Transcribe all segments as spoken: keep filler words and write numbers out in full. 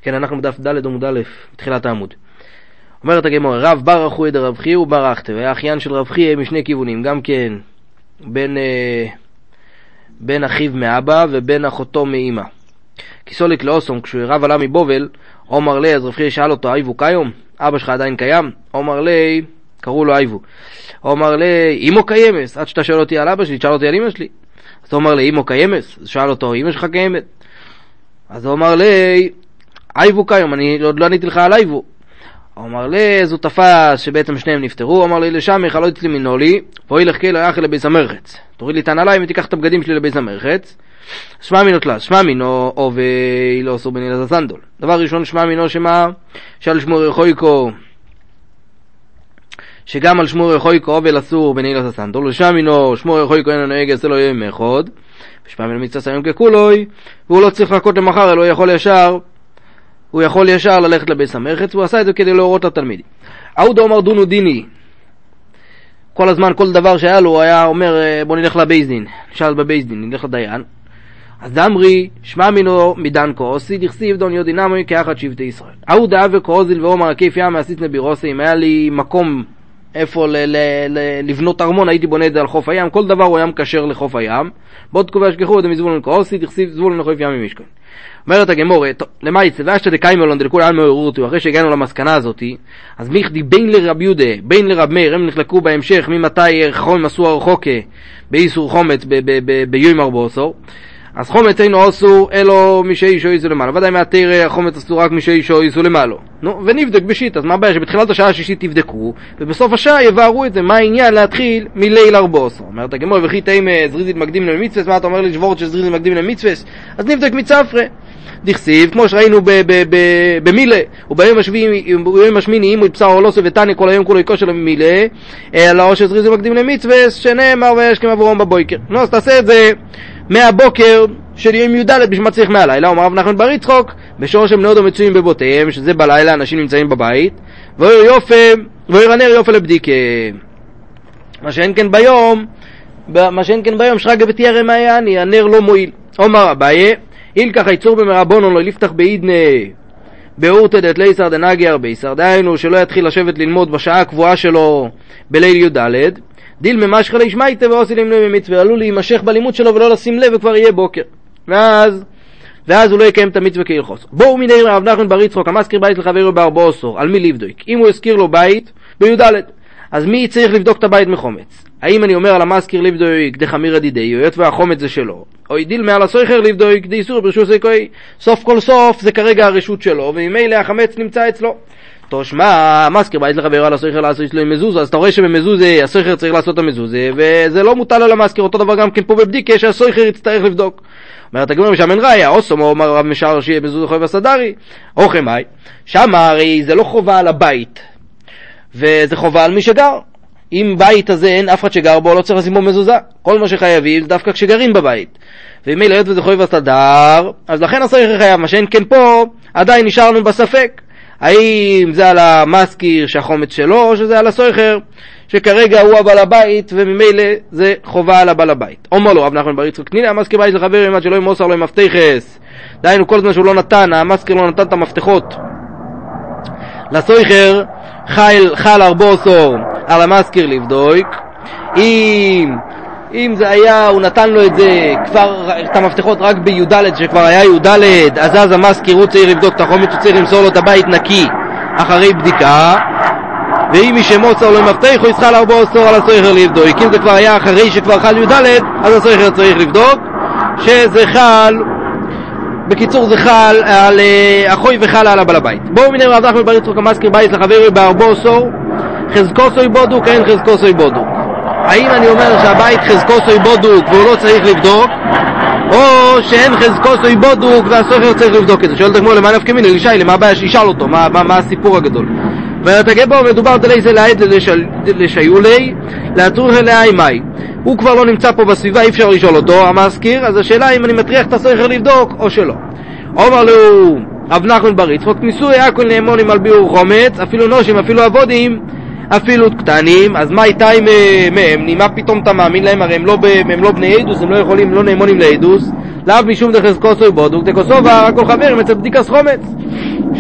כן, אנחנו בדף ד' עמוד א', בתחילת העמוד. אומרת הגמרא, רב ברך הוא דרב חייא וברכת, והיה אחיין של רב חייא משני כיוונים, גם כן בין, אה, בין אחיו מאבא ובין אחותו מאמא. כיסוליק לאוסום, כשהוא רב עלה מבובל, אומר לי, אז רב חייא שאל אותו, אייבו קיום? אבא שלך עדיין קיים? אומר לי, קראו לו אייבו. אומר לי, אמו קיימס, עד שאתה שואל אותי על אבא שלי, תשאל אותי על אמא שלי. אז הוא אומר לי, אמו קיימס? אז שאל אותו, אמא שלך קיימת? אז הוא אומר לי, אייבו קיום, אני עוד לא עניתי לך על אייבו. הוא אמר לי, זו תפס שבעצם שניהם נפטרו. הוא אמר לי, לשם יחלו אצלי מנולי, בואי לך כאילו יחי לבייס המרחץ. תוריד לי את הנעליים ותיקח את הבגדים שלי לבייס המרחץ. שמע מינו תלס, שמע מינו, או ואילו אסור בני לזסנדול. דבר ראשון, שמע מינו שמה, שעל שמור יחויקו, שגם על שמור יחויקו אבל אסור בני לזסנדול. ושמע מינו, שמור יחויקו אינו נוהג, עשה לו יום אחד. ושמע מינו מצטס היום ככולוי, והוא לא צריך לחכות למחר, אלא הוא יכול ישר, הוא יכול ישר ללכת לבייס המרחץ, והוא עשה את זה כדי להורות לתלמידים. אהודו אומר דונו דיני. כל הזמן, כל דבר שהיה לו, הוא היה אומר, בוא נלך לבייס דין. נשאל בבייס דין, נלך לדיין. אז דאמרי, שמע מינו מדן כעוסי, דכסיב דון יודינמוי כאחד שבטי ישראל. אהוד אהבה כעוזיל ואומר, הכיף ים מעשית נבירוסי, אם היה לי מקום איפה ל- ל- ל- לבנות ארמון, הייתי בונה את זה על חוף הים, כל דבר הוא היה מקשר לחוף הים. בוא תקובע שכחו את המזבולון כעוסי, דכסיב זבולון לחוף ים ממשכן. אומרת הגמורה, למה יצא? ואשת דקיימלון דלכול על מאורורתו, אחרי שהגענו למסקנה הזאת, אז מיכדי בין לרב יהודה, בין לרב מאיר, הם נחלקו בהמשך, ממתי חום עשו הרחוקה באיסור חומץ ביום ארבע עשור. אז חומץ אינו אסור אלו מי שאישו איסו למעלה. ודאי מהתרא החומץ אסור רק מי שאישו איסו למעלה. נו, ונבדק בשיט, אז מה הבעיה? שבתחילת השעה השישית תבדקו, ובסוף השעה יבארו את זה. מה העניין להתחיל מליל ארבע עשור? אומרת הגמורה, וכי תאים זריזית מקדים למצווס, מה אתה אומר לי שבורת שזריזית מקדים למצווס? אז נבדק מצפרה. דכסיב, כמו שראינו במילה, וביום השמיני אימו את בשר אולוסו ותני כל היום כולו יקו שלו ממילה, אלא שזריזית מקדים למצווס, שנאמר וישכם עבורם בבויקר. נו, אז תעשה את זה מהבוקר של יום י"ד בשביל צריך מהלילה. אומר רב נחמן בר יצחוק, בשור שהם נודו מצויים בבותיהם, שזה בלילה אנשים נמצאים בבית, ואיר יופה, ואיר הנר יופה לבדיקה. מה שאין כן ביום, מה שאין כן ביום, שרגע ותיארה מעייני, הנר לא מועיל. אומר אביי, איל ככה יצור במרבונון לא לפתח בעידנה באורתדת ליסר דנגר ביסר, דהיינו שלא יתחיל לשבת ללמוד בשעה הקבועה שלו בליל י"ד, דיל ממשך לישמייטה ועושה למנוי ממצווה, עלול להימשך בלימוד שלו ולא לשים לב וכבר יהיה בוקר, ואז ואז הוא לא יקיים את המצווה כהלכות. בואו מיני רב נחמן בר יצחוק, המזכיר בית לחברו בארבע עשור, על מי לבדוק? אם הוא הזכיר לו בית בי"ד, אז מי צריך לבדוק את הבית מחומץ? האם אני אומר על המזכיר לבדוק דחמיר הדידי, היות והחומץ זה שלו, או ידיל מעל הסויכר לבדוק דאיסור ברשות סיכוי, סוף כל סוף זה כרגע הרשות שלו, וממילא החמץ נמצא אצלו. תושמע, המזכיר בית לחברו על הסויכר לעשות אצלו עם מזוזה, אז אתה רואה שבמזוזה הסויכר צריך לעשות את המזוזה, וזה לא מוטל על המזכיר, אותו דבר גם כן פה בבדיקה שהסויכר יצטרך לבדוק. אומרת הגמרא משם אין ראיה, אוסום אומר רב משער שיהיה מזוזה חויב הסדרי, או חמאי, שם הרי זה לא חובה על הבית, וזה חובה על מי שגר. אם בית הזה אין אף אחד שגר בו, לא צריך לשים בו מזוזה. כל מה שחייבים דווקא כשגרים בבית. ואם היות וזה חויב הסדר, אז לכן הסויכר חייב. מה שאין כן פה, עדיין נשארנו בספק. האם זה על המזכיר שהחומץ שלו, או שזה על הסויכר שכרגע הוא הבעל הבית, וממילא זה חובה על הבעל הבית. אומר לו רב נחמן בר יצחוק, תני לי המזכיר בית לחברים עד שלא ימוסר לו עם מפתחס. דהיינו כל זמן שהוא לא נתן, המזכיר לא נתן את המפתחות לסויכר, חל, חל ארבע עשור על המזכיר לבדוק. אם, אם זה היה, הוא נתן לו את זה, כבר, את המפתחות רק בי"ד, שכבר היה י"ד, אז אז המזכיר הוא צריך לבדוק את החומץ, הוא צריך למסור לו את הבית נקי אחרי בדיקה. ואם מי שמוסר לו עם מפתח, הוא יצחל ארבע עשור על הסויכר לבדוק. אם זה כבר היה אחרי שכבר חל י"ד, אז הסויכר צריך לבדוק, שזה חל, בקיצור זה חל על אחוי וחל על הבעל הבית. בואו מיני רב נחמן בר יצחוק, המזכיר בית לחברו בארבע עשור, חזקו סוי בודוק, אין חזקו סוי בודוק. האם אני אומר שהבית חזקו סוי בודוק והוא לא צריך לבדוק, או שאין חזקו סוי בודוק והסויכר צריך לבדוק את זה? שואלת כמו למה נפקא מיני, לישי, למה הבעיה שישאל אותו, מה, מה, מה הסיפור הגדול? ותגע בו מדובר דלי זה לעד לשיולי להטרוח אליה מאי. הוא כבר לא נמצא פה בסביבה, אי אפשר לשאול אותו המזכיר, אז השאלה אם אני מטריח את הסויכר לבדוק או שלא. אומר לו רב נחמן בר יצחוק, ניסוי הכל נאמונים על ביאור חומץ, אפילו נושים, אפילו עבודים, אפילו קטנים. אז מה איתה מהם? מה פתאום אתה מאמין להם? הרי הם לא, הם לא בני עדוס, הם לא יכולים, הם לא נאמונים לעדוס. לאו משום דחזקו סוי בודוק דקוסובה, הכל חברים אצל בדיקס חומץ.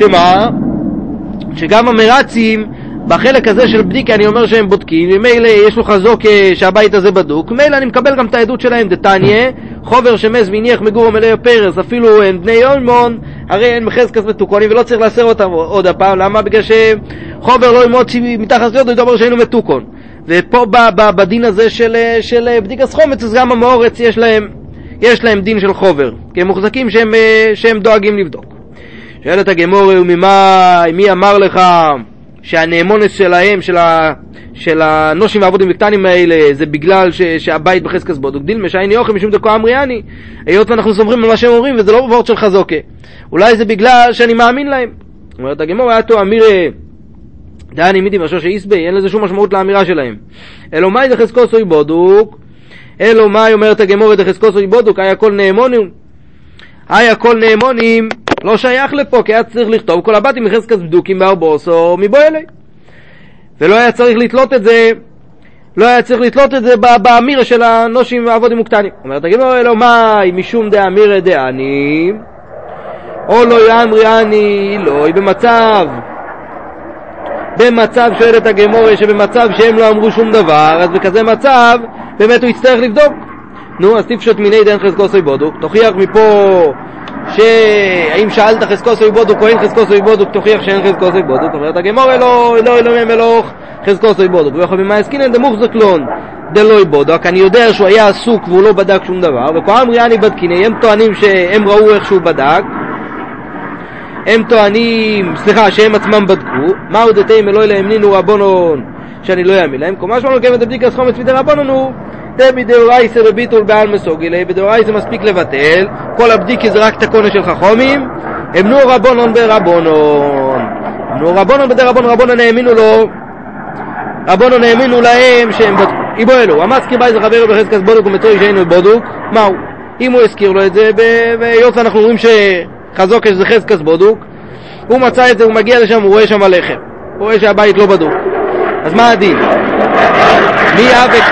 שמה? שגם המרצים בחלק הזה של בדיקה אני אומר שהם בודקים, ומילא יש לו חזוק שהבית הזה בדוק, מילא אני מקבל גם את העדות שלהם, דתניה, חובר שמז מניח מגור מלא פרס, אפילו הם בני יומון, הרי אין מחזקת מתוקונים ולא צריך לאסר אותם עוד הפעם, למה? בגלל שחובר לא ימות מתחת לידו, ידבר שהיינו מתוקון. ופה בדין הזה של, של בדיקת חומץ, אז גם המאורץ יש להם, יש להם דין של חובר, כי הם מוחזקים שהם, שהם דואגים לבדוק. שואלת הגמורה, וממה, מי אמר לך שהנאמונס שלהם, של, ה, של הנושים והעבודים וקטנים האלה, זה בגלל ש, שהבית בחזקת בודוק? דילמה שהייני אוכל משום דקו אמריאני, היות ואנחנו סומכים על מה שהם אומרים, וזה לא בוורד של חזוקה. אולי זה בגלל שאני מאמין להם. אומרת הגמורה, היה תו אמיר דעני מידי משהו שאיסבי, אין לזה שום משמעות לאמירה שלהם. אלו מאי דחזקוסוי בודוק, אלו מאי אומרת הגמורה דחזקוסוי בודוק, היה כל נאמונים, היה כל נאמונים, לא שייך לפה, כי היה צריך לכתוב כל הבתים מחזקת בדוקים בארבוס או מבוא אלי. ולא היה צריך לתלות את זה, לא היה צריך לתלות את זה באמיר של הנושים והעבודים וקטנים. אומרת הגמורה, אלו מאי משום דאמיר דעני, או לא יאמרי אני, לא, היא במצב, במצב שואלת הגמורה שבמצב שהם לא אמרו שום דבר, אז בכזה מצב באמת הוא יצטרך לבדוק. נו, אז תפשוט מיני דין חזקוסוי בודוק, תוכיח מפה שהאם שאלת חזקוסוי בודוק או אין חזקוסוי בודוק, תוכיח שאין חזקוסוי בודוק. אומרת הגמורה, לא, לא, לא מלוך חזקוסוי בודוק, ויכול במה הסכינן דמוחזק לון דלוי בודוק, אני יודע שהוא היה עסוק והוא לא בדק שום דבר, וכה אמרי אני בדקיני, הם טוענים שהם ראו איך שהוא בדק, הם טוענים, סליחה, שהם עצמם בדקו, מהו דתיים אלוהי להם נינו רבונון שאני לא יאמין להם, כמו משמע לקבל את הבדיקה סכומץ מדי רבונון הוא דבי דאורייסה בביטול בעל מסוגילי, בדאורייסה מספיק לבטל, כל הבדיקי זה רק תקונה של חכומים, הם נו רבונון ברבונון, נו רבונון בדי רבונון, רבונון האמינו לו, רבונון האמינו להם שהם בדקו, איבו אלו, המזכיר בי זה חבר בחזקת בודוק ומצוי שאינו בודוק, מהו? אם הוא הזכיר לו את זה, והיות אנחנו אומרים שחזוק יש זה חזקת בודוק, הוא מצא את זה, הוא מגיע לשם, הוא רואה שם הלחם, הוא רואה שהבית לא בדוק, אז מה הדין? מי אבק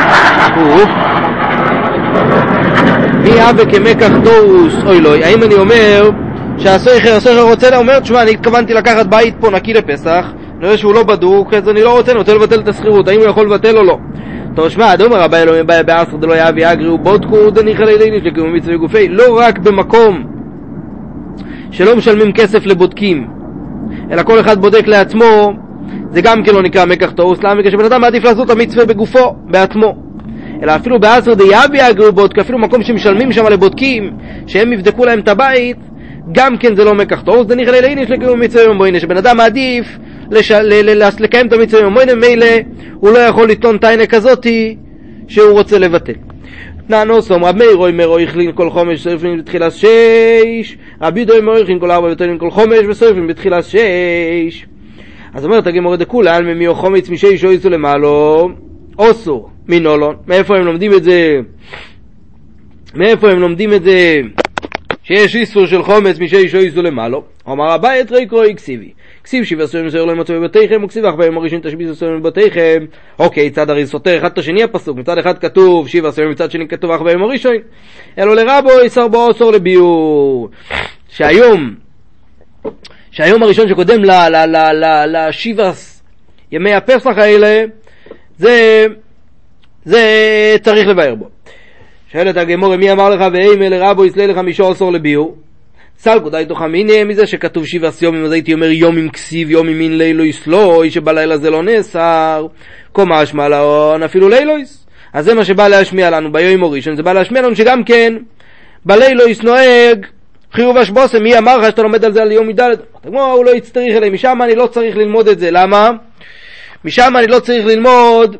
מי אבק כמקח דוס אוי לוי, האם אני אומר שהסויכר הסויכר רוצה לה, אומר תשמע, אני התכוונתי לקחת בית פה נקי לפסח, אני רואה שהוא לא בדוק, אז אני לא רוצה, אני רוצה לבטל את הסחירות, האם הוא יכול לבטל או לא? טוב, שמע, אדום רבי אלוהים בא בעשר דלו יאבי אגריו בודקו דניחא ליליניש לקיום מצווה גופי, לא רק במקום שלא משלמים כסף לבודקים, אלא כל אחד בודק לעצמו, זה גם כן לא נקרא מקח תאוס, למה? כי שבן אדם מעדיף לעשות את המצווה בגופו, בעצמו. אלא אפילו בעשר דיאבי אגריו בודק, אפילו מקום שמשלמים שם לבודקים, שהם יבדקו להם את הבית, גם כן זה לא מקח תאוס, דניחא ליליניש לקיום מצווה ממוינה, שבן אדם מעדיף לש... ל... ל... לקיים את המצווה ממוינה, מילא הוא לא יכול לטעון טיינה כזאתי שהוא רוצה לבטל. נענוסום, רב מאיר אומר או יכלין כל חומש וסורפין בתחילת שש, רבי יהודה אומר יכלין כל ארבע ותלין כל חומש וסורפין בתחילת שש. אז אומרת הגמרא דכולי עלמא מי או חומץ משש או איסור למעלו אוסור מנולון. מאיפה הם לומדים את זה? מאיפה הם לומדים את זה שיש איסור של חומץ משש או איסור למעלו? אמר רבי את ריקו אקסיבי כסיב שבע עשרים מסויר לא ימצאו בבתיכם וכסיב אך ביום הראשון תשביז עשרים בבתיכם. אוקיי, צד הרי סותר אחד את השני הפסוק, מצד אחד כתוב שבע עשרים, מצד שני כתוב אך ביום הראשון, אלו לרבו יסר בו אוסור לביור. שהיום שהיום הראשון שקודם לשבעס ימי הפסח האלה, זה זה צריך לבאר בו. שואלת הגמרא, מי אמר לך ואימה לרבו יסלה לך מישור אוסור לביור? סלקו די תוך המיני מזה שכתוב שבעס יומים, אז הייתי אומר יום עם כסיב, יום עם מין לילו יסלוי, שבלילה זה לא נסר, קומה אשמה לאון אפילו לילויס. אז זה מה שבא להשמיע לנו ביום הראשון, זה בא להשמיע לנו שגם כן בלילה יסנוהג חיוב השבוסם. מי אמר לך שאתה לומד על זה על יום מדלת? כמו הוא לא יצטריך אליי, משם אני לא צריך ללמוד את זה. למה? משם אני לא צריך ללמוד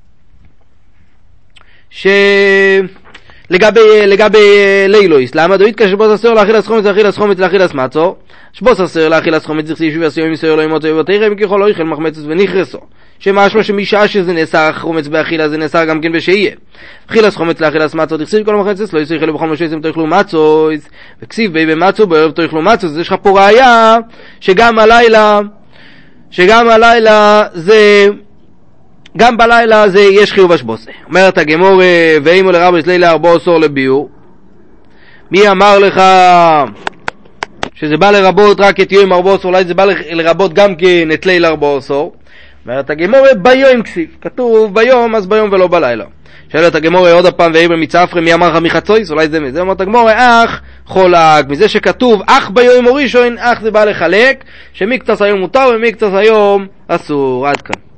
ש... לגבי, לגבי לילויס. למה? דויד כשבוס אסור להכיל הסחומץ להכיל הסחומץ להכיל הסמצו, שבוס אסור להכיל הסחומץ זכסי ישוב יסיום יסיום לא ימוצו יבותיכם ככל לא יחל מחמצת ונחרסו, שמשמע שמשעה שזה נאסר החומץ באכילה זה נאסר גם כן בשיהיה. אכיל הסחומץ להכיל הסמצו תכסיב כל מחמצת לא יסו יחלו בכל משהו יסם תאכלו מצו וכסיב בי במצו בערב תאכלו מצו. אז יש לך פה ראיה שגם הלילה שגם הלילה זה גם בלילה זה יש חיוב השבוסה. אומרת הגמורה ואימו לרבו יסלילה ארבו אוסור לביור. מי אמר לך שזה בא לרבות רק את יום ארבע עשור, אולי זה בא לרבות גם כן את ליל ארבע עשור. אומרת הגמורה ביום כסיף, כתוב ביום אז ביום ולא בלילה. שאלת הגמורה עוד הפעם ואיבר מצפרי מי אמר לך מחצויס, אולי זה מזה. אומרת הגמורה אך חולק, מזה שכתוב אך ביום או ראשון, אך זה בא לחלק שמקצת היום מותר ומקצת היום אסור. עד כאן.